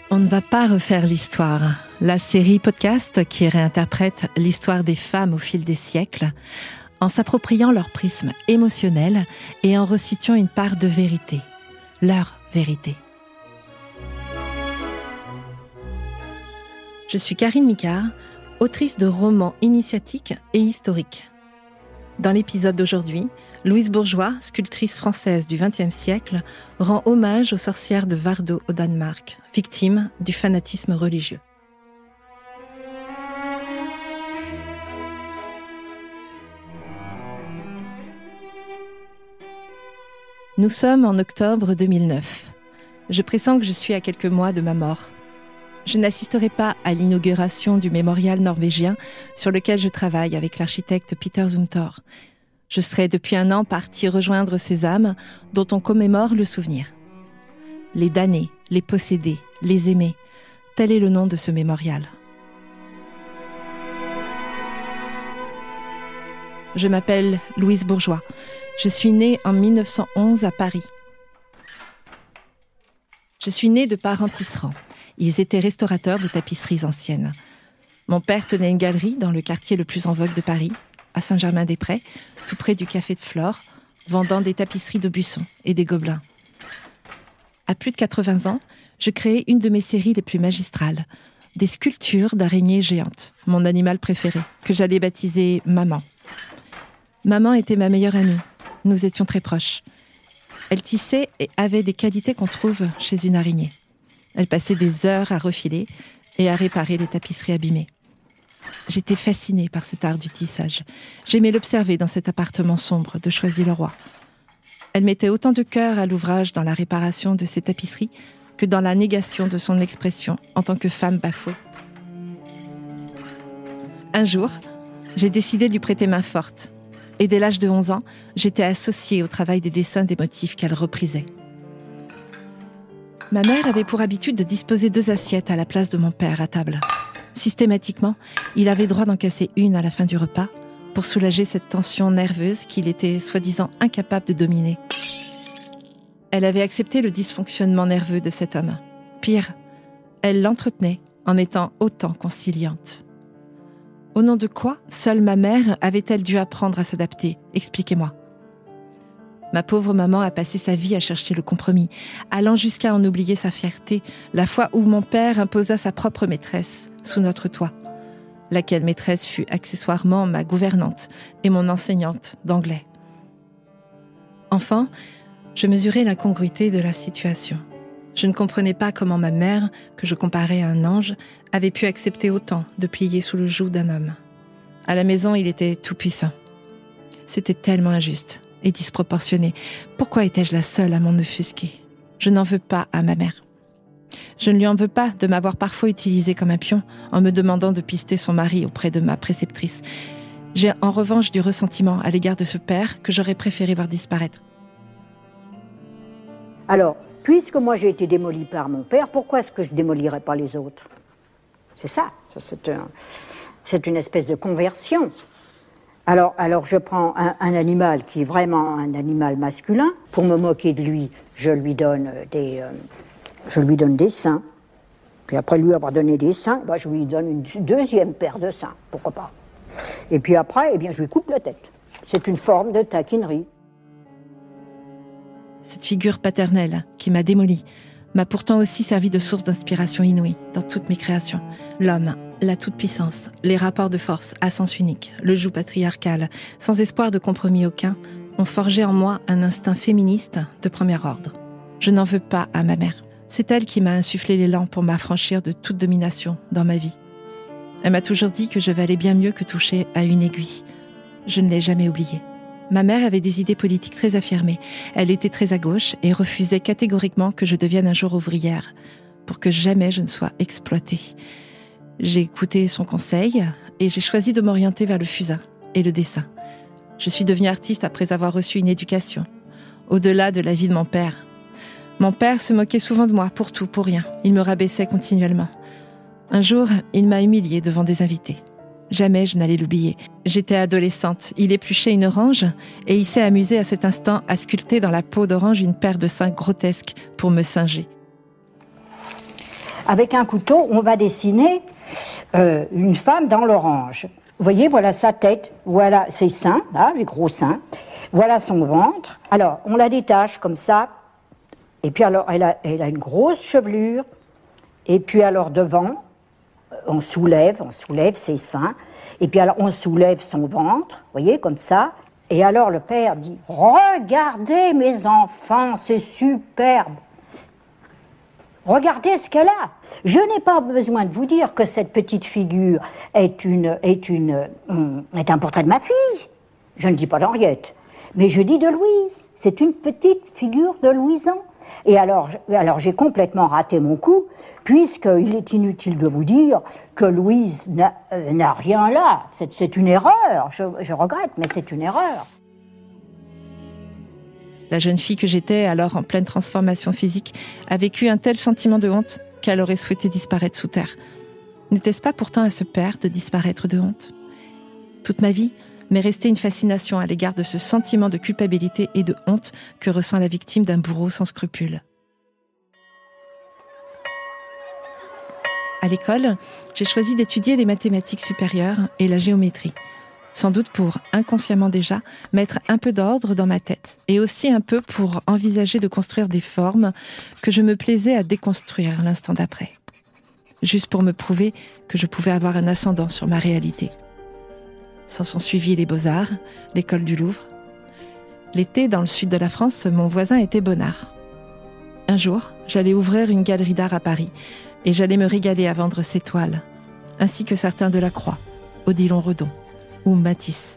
On ne va pas refaire l'histoire. La série podcast qui réinterprète l'histoire des femmes au fil des siècles, en s'appropriant leur prisme émotionnel et en resituant une part de vérité, leur vérité. Je suis Karine Micard, autrice de romans initiatiques et historiques. Dans l'épisode d'aujourd'hui, Louise Bourgeois, sculptrice française du XXe siècle, rend hommage aux sorcières de Vardo au Danemark, victimes du fanatisme religieux. Nous sommes en octobre 2009. Je pressens que je suis à quelques mois de ma mort. Je n'assisterai pas à l'inauguration du mémorial norvégien sur lequel je travaille avec l'architecte Peter Zumthor. Je serai depuis 1 an partie rejoindre ces âmes dont on commémore le souvenir. Les damnés, les possédés, les aimés, tel est le nom de ce mémorial. Je m'appelle Louise Bourgeois. Je suis née en 1911 à Paris. Je suis née de parents tisserands. Ils étaient restaurateurs de tapisseries anciennes. Mon père tenait une galerie dans le quartier le plus en vogue de Paris, à Saint-Germain-des-Prés, tout près du café de Flore, vendant des tapisseries de buissons et des gobelins. À plus de 80 ans, je créai une de mes séries les plus magistrales, des sculptures d'araignées géantes, mon animal préféré, que j'allais baptiser Maman. Maman était ma meilleure amie. Nous étions très proches. Elle tissait et avait des qualités qu'on trouve chez une araignée. Elle passait des heures à refiler et à réparer les tapisseries abîmées. J'étais fascinée par cet art du tissage. J'aimais l'observer dans cet appartement sombre de Choisy-le-Roi. Elle mettait autant de cœur à l'ouvrage dans la réparation de ses tapisseries que dans la négation de son expression en tant que femme bafouée. Un jour, j'ai décidé de lui prêter main forte. Et dès l'âge de 11 ans, j'étais associée au travail des dessins des motifs qu'elle reprisait. Ma mère avait pour habitude de disposer 2 assiettes à la place de mon père à table. Systématiquement, il avait droit d'en casser une à la fin du repas pour soulager cette tension nerveuse qu'il était soi-disant incapable de dominer. Elle avait accepté le dysfonctionnement nerveux de cet homme. Pire, elle l'entretenait en étant autant conciliante. Au nom de quoi, seule ma mère avait-elle dû apprendre à s'adapter ? Expliquez-moi. Ma pauvre maman a passé sa vie à chercher le compromis, allant jusqu'à en oublier sa fierté, la fois où mon père imposa sa propre maîtresse sous notre toit, laquelle maîtresse fut accessoirement ma gouvernante et mon enseignante d'anglais. Enfant, je mesurais l'incongruité de la situation. Je ne comprenais pas comment ma mère, que je comparais à un ange, avait pu accepter autant de plier sous le joug d'un homme. À la maison, il était tout-puissant. C'était tellement injuste et disproportionné. Pourquoi étais-je la seule à m'en offusquer ? Je n'en veux pas à ma mère. Je ne lui en veux pas de m'avoir parfois utilisée comme un pion en me demandant de pister son mari auprès de ma préceptrice. J'ai en revanche du ressentiment à l'égard de ce père que j'aurais préféré voir disparaître. Alors, puisque moi j'ai été démolie par mon père, pourquoi est-ce que je démolirais pas les autres ? C'est ça, c'est une espèce de conversion. Alors je prends un animal qui est vraiment un animal masculin. Pour me moquer de lui, je lui donne des seins. Puis après lui avoir donné des seins, je lui donne une 2e paire de seins, pourquoi pas. Et puis après, je lui coupe la tête. C'est une forme de taquinerie. Cette figure paternelle qui m'a démolie m'a pourtant aussi servi de source d'inspiration inouïe dans toutes mes créations. L'homme, la toute-puissance, les rapports de force à sens unique, le joug patriarcal, sans espoir de compromis aucun, ont forgé en moi un instinct féministe de premier ordre. Je n'en veux pas à ma mère. C'est elle qui m'a insufflé l'élan pour m'affranchir de toute domination dans ma vie. Elle m'a toujours dit que je valais bien mieux que toucher à une aiguille. Je ne l'ai jamais oublié. Ma mère avait des idées politiques très affirmées. Elle était très à gauche et refusait catégoriquement que je devienne un jour ouvrière, pour que jamais je ne sois exploitée. J'ai écouté son conseil et j'ai choisi de m'orienter vers le fusain et le dessin. Je suis devenue artiste après avoir reçu une éducation, au-delà de la vie de mon père. Mon père se moquait souvent de moi, pour tout, pour rien. Il me rabaissait continuellement. Un jour, il m'a humiliée devant des invités. Jamais je n'allais l'oublier. J'étais adolescente. Il épluchait une orange et il s'est amusé à cet instant à sculpter dans la peau d'orange une paire de seins grotesques pour me singer. avec un couteau, on va dessiner une femme dans l'orange. Vous voyez, voilà sa tête, voilà ses seins, là, les gros seins, voilà son ventre. Alors, on la détache comme ça, et puis alors, elle a une grosse chevelure, et puis alors devant, on soulève ses seins, et puis alors on soulève son ventre, vous voyez, comme ça, et alors le père dit « Regardez mes enfants, c'est superbe !» Regardez ce qu'elle a. Je n'ai pas besoin de vous dire que cette petite figure est un portrait de ma fille. Je ne dis pas d'Henriette, mais je dis de Louise. C'est une petite figure de Louison. Et alors j'ai complètement raté mon coup, puisqu'il est inutile de vous dire que Louise n'a rien là. C'est une erreur. Je regrette, mais c'est une erreur. La jeune fille que j'étais, alors en pleine transformation physique, a vécu un tel sentiment de honte qu'elle aurait souhaité disparaître sous terre. N'était-ce pas pourtant à ce père de disparaître de honte ? Toute ma vie m'est restée une fascination à l'égard de ce sentiment de culpabilité et de honte que ressent la victime d'un bourreau sans scrupules. À l'école, j'ai choisi d'étudier les mathématiques supérieures et la géométrie. Sans doute pour, inconsciemment déjà, mettre un peu d'ordre dans ma tête, et aussi un peu pour envisager de construire des formes que je me plaisais à déconstruire l'instant d'après. Juste pour me prouver que je pouvais avoir un ascendant sur ma réalité. S'en sont suivis les Beaux-Arts, l'école du Louvre. L'été, dans le sud de la France, mon voisin était bonnard. Un jour, j'allais ouvrir une galerie d'art à Paris, et j'allais me régaler à vendre ses toiles, ainsi que certains de la Croix, Odilon Redon ou Matisse.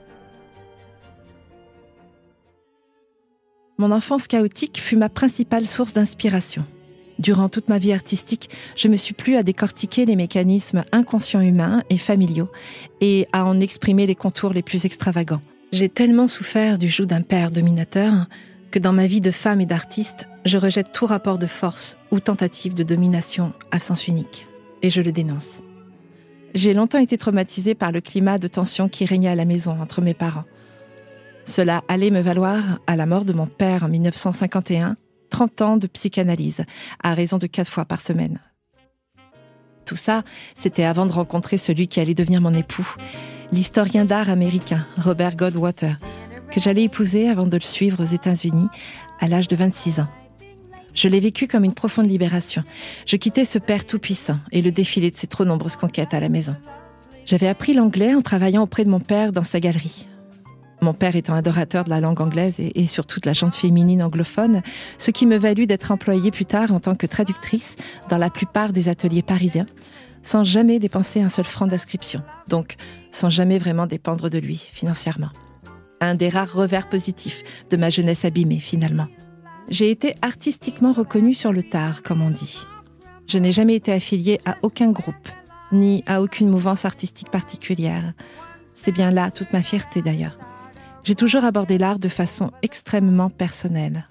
Mon enfance chaotique fut ma principale source d'inspiration. Durant toute ma vie artistique, je me suis plu à décortiquer les mécanismes inconscients humains et familiaux et à en exprimer les contours les plus extravagants. J'ai tellement souffert du joug d'un père dominateur que dans ma vie de femme et d'artiste, je rejette tout rapport de force ou tentative de domination à sens unique. Et je le dénonce. J'ai longtemps été traumatisée par le climat de tension qui régnait à la maison entre mes parents. Cela allait me valoir, à la mort de mon père en 1951, 30 ans de psychanalyse, à raison de 4 fois par semaine. Tout ça, c'était avant de rencontrer celui qui allait devenir mon époux, l'historien d'art américain, Robert Goldwater, que j'allais épouser avant de le suivre aux États-Unis à l'âge de 26 ans. Je l'ai vécu comme une profonde libération. Je quittais ce père tout-puissant et le défilé de ses trop nombreuses conquêtes à la maison. J'avais appris l'anglais en travaillant auprès de mon père dans sa galerie. Mon père étant adorateur de la langue anglaise et surtout de la gente féminine anglophone, ce qui me valut d'être employée plus tard en tant que traductrice dans la plupart des ateliers parisiens, sans jamais dépenser un seul franc d'inscription, donc sans jamais vraiment dépendre de lui financièrement. Un des rares revers positifs de ma jeunesse abîmée finalement. J'ai été artistiquement reconnue sur le tard, comme on dit. Je n'ai jamais été affiliée à aucun groupe, ni à aucune mouvance artistique particulière. C'est bien là toute ma fierté d'ailleurs. J'ai toujours abordé l'art de façon extrêmement personnelle.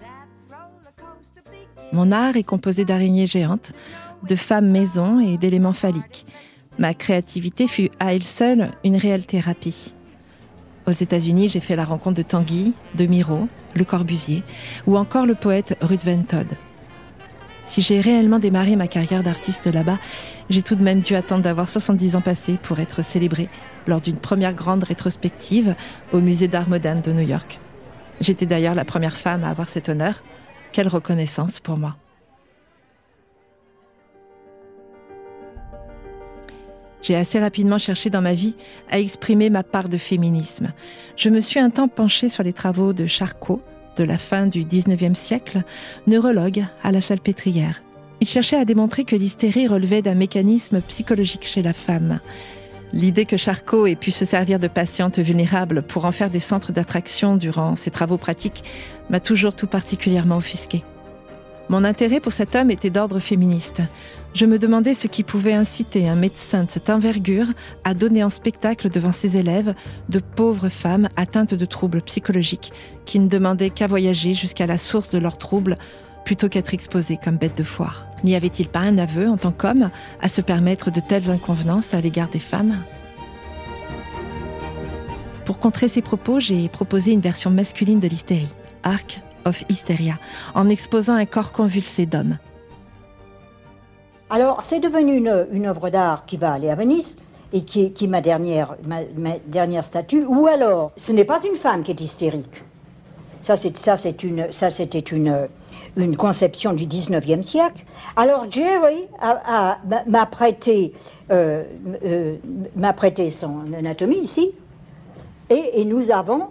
Mon art est composé d'araignées géantes, de femmes maison et d'éléments phalliques. Ma créativité fut à elle seule une réelle thérapie. Aux États-Unis, j'ai fait la rencontre de Tanguy, de Miro, Le Corbusier, ou encore le poète Ruth Van Todd. Si j'ai réellement démarré ma carrière d'artiste là-bas, j'ai tout de même dû attendre d'avoir 70 ans passés pour être célébrée lors d'une première grande rétrospective au Musée d'art moderne de New York. J'étais d'ailleurs la première femme à avoir cet honneur. Quelle reconnaissance pour moi. J'ai assez rapidement cherché dans ma vie à exprimer ma part de féminisme. Je me suis un temps penchée sur les travaux de Charcot, de la fin du XIXe siècle, neurologue à la Salpêtrière. Il cherchait à démontrer que l'hystérie relevait d'un mécanisme psychologique chez la femme. L'idée que Charcot ait pu se servir de patientes vulnérables pour en faire des centres d'attraction durant ses travaux pratiques m'a toujours tout particulièrement offusquée. Mon intérêt pour cet homme était d'ordre féministe. Je me demandais ce qui pouvait inciter un médecin de cette envergure à donner en spectacle devant ses élèves de pauvres femmes atteintes de troubles psychologiques qui ne demandaient qu'à voyager jusqu'à la source de leurs troubles plutôt qu'être exposées comme bêtes de foire. N'y avait-il pas un aveu, en tant qu'homme, à se permettre de telles inconvenances à l'égard des femmes ? Pour contrer ces propos, j'ai proposé une version masculine de l'hystérie, Arc of Hysteria, en exposant un corps convulsé d'hommes. Alors, c'est devenu une œuvre d'art qui va aller à Venise et qui est ma dernière statue. Ou alors, ce n'est pas une femme qui est hystérique. Ça, c'était une conception du 19e siècle. Alors, Jerry m'a prêté son anatomie ici, et nous avons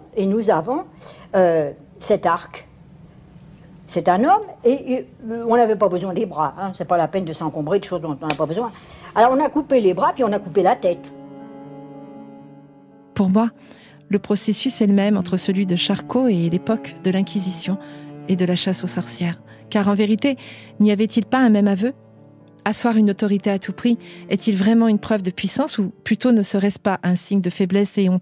cet arc. C'est un homme, et on n'avait pas besoin des bras. Hein, c'est pas la peine de s'encombrer de choses dont on n'a pas besoin. Alors, on a coupé les bras, puis on a coupé la tête. Pour moi, le processus est le même entre celui de Charcot et l'époque de l'Inquisition et de la chasse aux sorcières. Car en vérité, n'y avait-il pas un même aveu ? Asseoir une autorité à tout prix est-il vraiment une preuve de puissance ou plutôt ne serait-ce pas un signe de faiblesse éhontée ?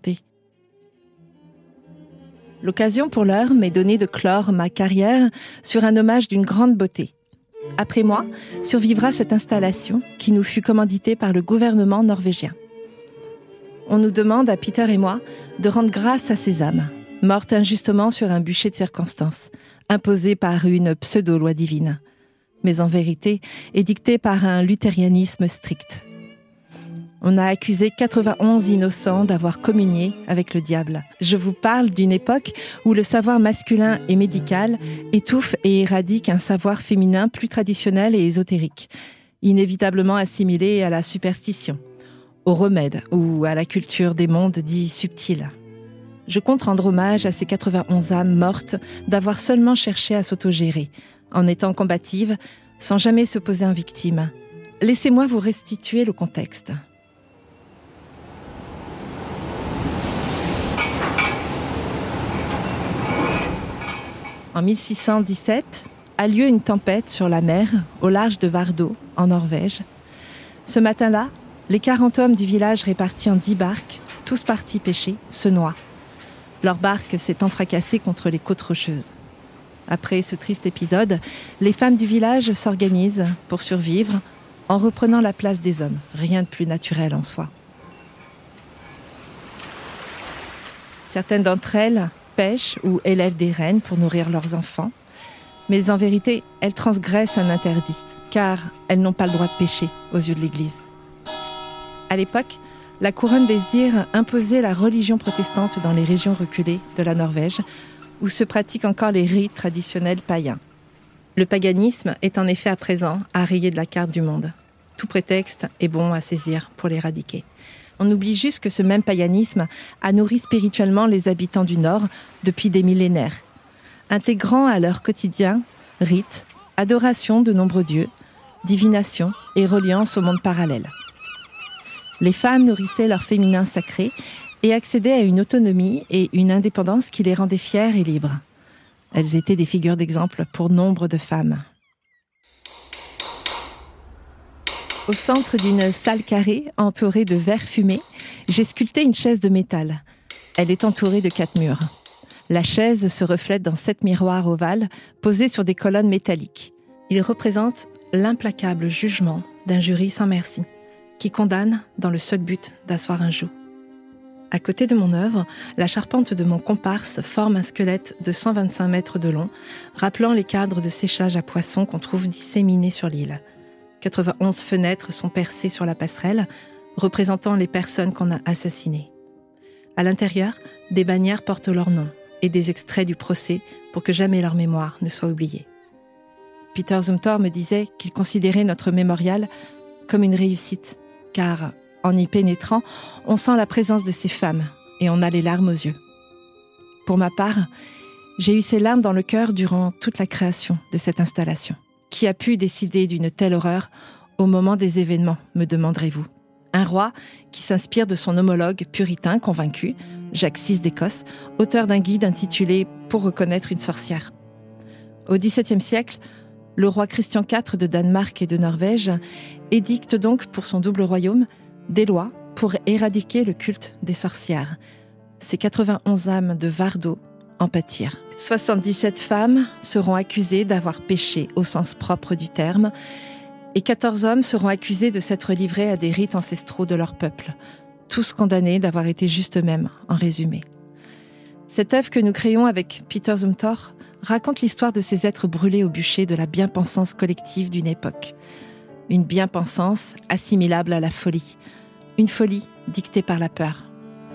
L'occasion pour l'heure m'est donnée de clore ma carrière sur un hommage d'une grande beauté. Après moi, survivra cette installation qui nous fut commanditée par le gouvernement norvégien. On nous demande, à Peter et moi, de rendre grâce à ces âmes, mortes injustement sur un bûcher de circonstances, imposées par une pseudo-loi divine, mais en vérité édictée par un luthérianisme strict. On a accusé 91 innocents d'avoir communié avec le diable. Je vous parle d'une époque où le savoir masculin et médical étouffe et éradique un savoir féminin plus traditionnel et ésotérique, inévitablement assimilé à la superstition, au remède ou à la culture des mondes dits subtils. Je compte rendre hommage à ces 91 âmes mortes d'avoir seulement cherché à s'autogérer, en étant combatives, sans jamais se poser en victime. Laissez-moi vous restituer le contexte. En 1617, a lieu une tempête sur la mer, au large de Vardø, en Norvège. Ce matin-là, les 40 hommes du village répartis en 10 barques, tous partis pêcher, se noient. Leur barque s'étant fracassée contre les côtes rocheuses. Après ce triste épisode, les femmes du village s'organisent pour survivre en reprenant la place des hommes. Rien de plus naturel en soi. Certaines d'entre elles pêchent ou élèvent des rennes pour nourrir leurs enfants. Mais en vérité, elles transgressent un interdit, car elles n'ont pas le droit de pêcher aux yeux de l'Église. À l'époque, la couronne désire imposer la religion protestante dans les régions reculées de la Norvège, où se pratiquent encore les rites traditionnels païens. Le paganisme est en effet à présent à rayer de la carte du monde. Tout prétexte est bon à saisir pour l'éradiquer. On oublie juste que ce même paganisme a nourri spirituellement les habitants du Nord depuis des millénaires, intégrant à leur quotidien rites, adoration de nombreux dieux, divination et reliance au monde parallèle. Les femmes nourrissaient leur féminin sacré et accédaient à une autonomie et une indépendance qui les rendaient fières et libres. Elles étaient des figures d'exemple pour nombre de femmes. Au centre d'une salle carrée, entourée de verres fumés, j'ai sculpté une chaise de métal. Elle est entourée de 4 murs. La chaise se reflète dans 7 miroirs ovales posés sur des colonnes métalliques. Ils représentent l'implacable jugement d'un jury sans merci, qui condamne dans le seul but d'asseoir un joug. À côté de mon œuvre, la charpente de mon comparse forme un squelette de 125 mètres de long, rappelant les cadres de séchage à poissons qu'on trouve disséminés sur l'île. 91 fenêtres sont percées sur la passerelle, représentant les personnes qu'on a assassinées. À l'intérieur, des bannières portent leur nom et des extraits du procès pour que jamais leur mémoire ne soit oubliée. Peter Zumthor me disait qu'il considérait notre mémorial comme une réussite, car en y pénétrant, on sent la présence de ces femmes et on a les larmes aux yeux. Pour ma part, j'ai eu ces larmes dans le cœur durant toute la création de cette installation. Qui a pu décider d'une telle horreur au moment des événements, me demanderez-vous ? Un roi qui s'inspire de son homologue puritain convaincu, Jacques VI d'Écosse, auteur d'un guide intitulé « Pour reconnaître une sorcière ». Au XVIIe siècle, le roi Christian IV de Danemark et de Norvège édicte donc pour son double royaume des lois pour éradiquer le culte des sorcières. Ces 91 âmes de Vardø en pâtirent. 77 femmes seront accusées d'avoir péché au sens propre du terme et 14 hommes seront accusés de s'être livrés à des rites ancestraux de leur peuple, tous condamnés d'avoir été juste eux-mêmes, en résumé. Cette œuvre que nous créons avec Peter Zumthor raconte l'histoire de ces êtres brûlés au bûcher de la bien-pensance collective d'une époque. une bien-pensance assimilable à la folie. Une folie dictée par la peur.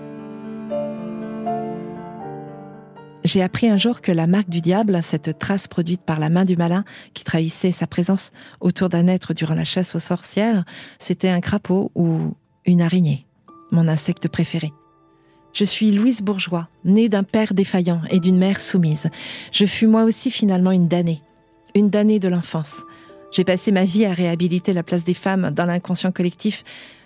J'ai appris un jour que la marque du diable, cette trace produite par la main du malin qui trahissait sa présence autour d'un être durant la chasse aux sorcières, c'était un crapaud ou une araignée, mon insecte préféré. Je suis Louise Bourgeois, née d'un père défaillant et d'une mère soumise. Je fus moi aussi finalement une damnée de l'enfance. J'ai passé ma vie à réhabiliter la place des femmes dans l'inconscient collectif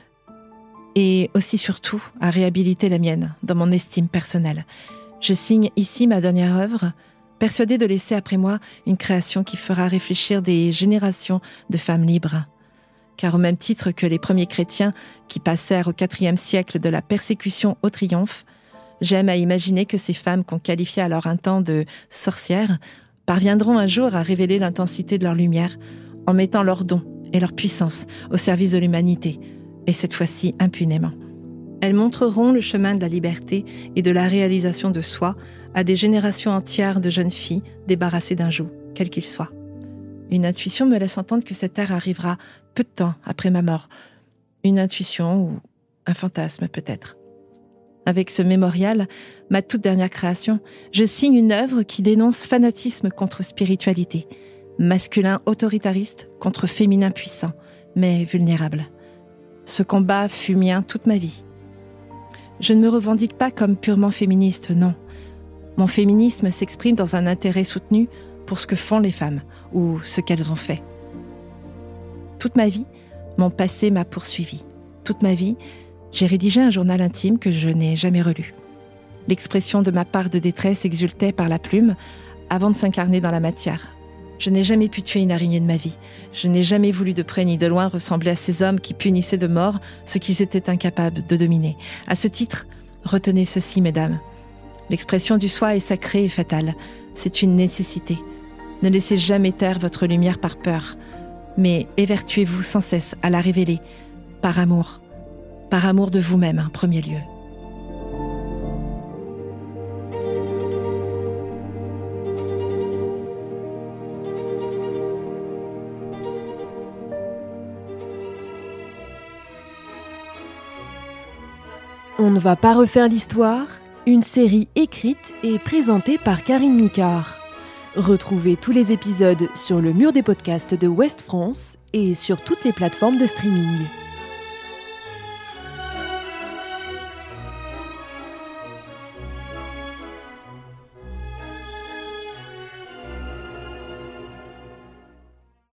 et aussi surtout à réhabiliter la mienne dans mon estime personnelle. Je signe ici ma dernière œuvre, persuadée de laisser après moi une création qui fera réfléchir des générations de femmes libres. Car au même titre que les premiers chrétiens qui passèrent au IVe siècle de la persécution au triomphe, j'aime à imaginer que ces femmes qu'on qualifiait alors un temps de sorcières parviendront un jour à révéler l'intensité de leur lumière en mettant leurs dons et leur puissance au service de l'humanité, et cette fois-ci impunément. Elles montreront le chemin de la liberté et de la réalisation de soi à des générations entières de jeunes filles débarrassées d'un joug, quel qu'il soit. Une intuition me laisse entendre que cette ère arrivera peu de temps après ma mort. Une intuition ou un fantasme peut-être. Avec ce mémorial, ma toute dernière création, je signe une œuvre qui dénonce fanatisme contre spiritualité, masculin autoritariste contre féminin puissant, mais vulnérable. Ce combat fut mien toute ma vie. Je ne me revendique pas comme purement féministe, non. Mon féminisme s'exprime dans un intérêt soutenu pour ce que font les femmes ou ce qu'elles ont fait. Toute ma vie, mon passé m'a poursuivi. Toute ma vie, j'ai rédigé un journal intime que je n'ai jamais relu. L'expression de ma part de détresse exultait par la plume avant de s'incarner dans la matière. Je n'ai jamais pu tuer une araignée de ma vie. Je n'ai jamais voulu de près ni de loin ressembler à ces hommes qui punissaient de mort ce qu'ils étaient incapables de dominer. À ce titre, retenez ceci, mesdames. L'expression du soi est sacrée et fatale. C'est une nécessité. Ne laissez jamais taire votre lumière par peur, mais évertuez-vous sans cesse à la révéler, par amour de vous-même en premier lieu. On ne va pas refaire l'histoire, une série écrite et présentée par Karine Micard. Retrouvez tous les épisodes sur le mur des podcasts de Ouest France et sur toutes les plateformes de streaming.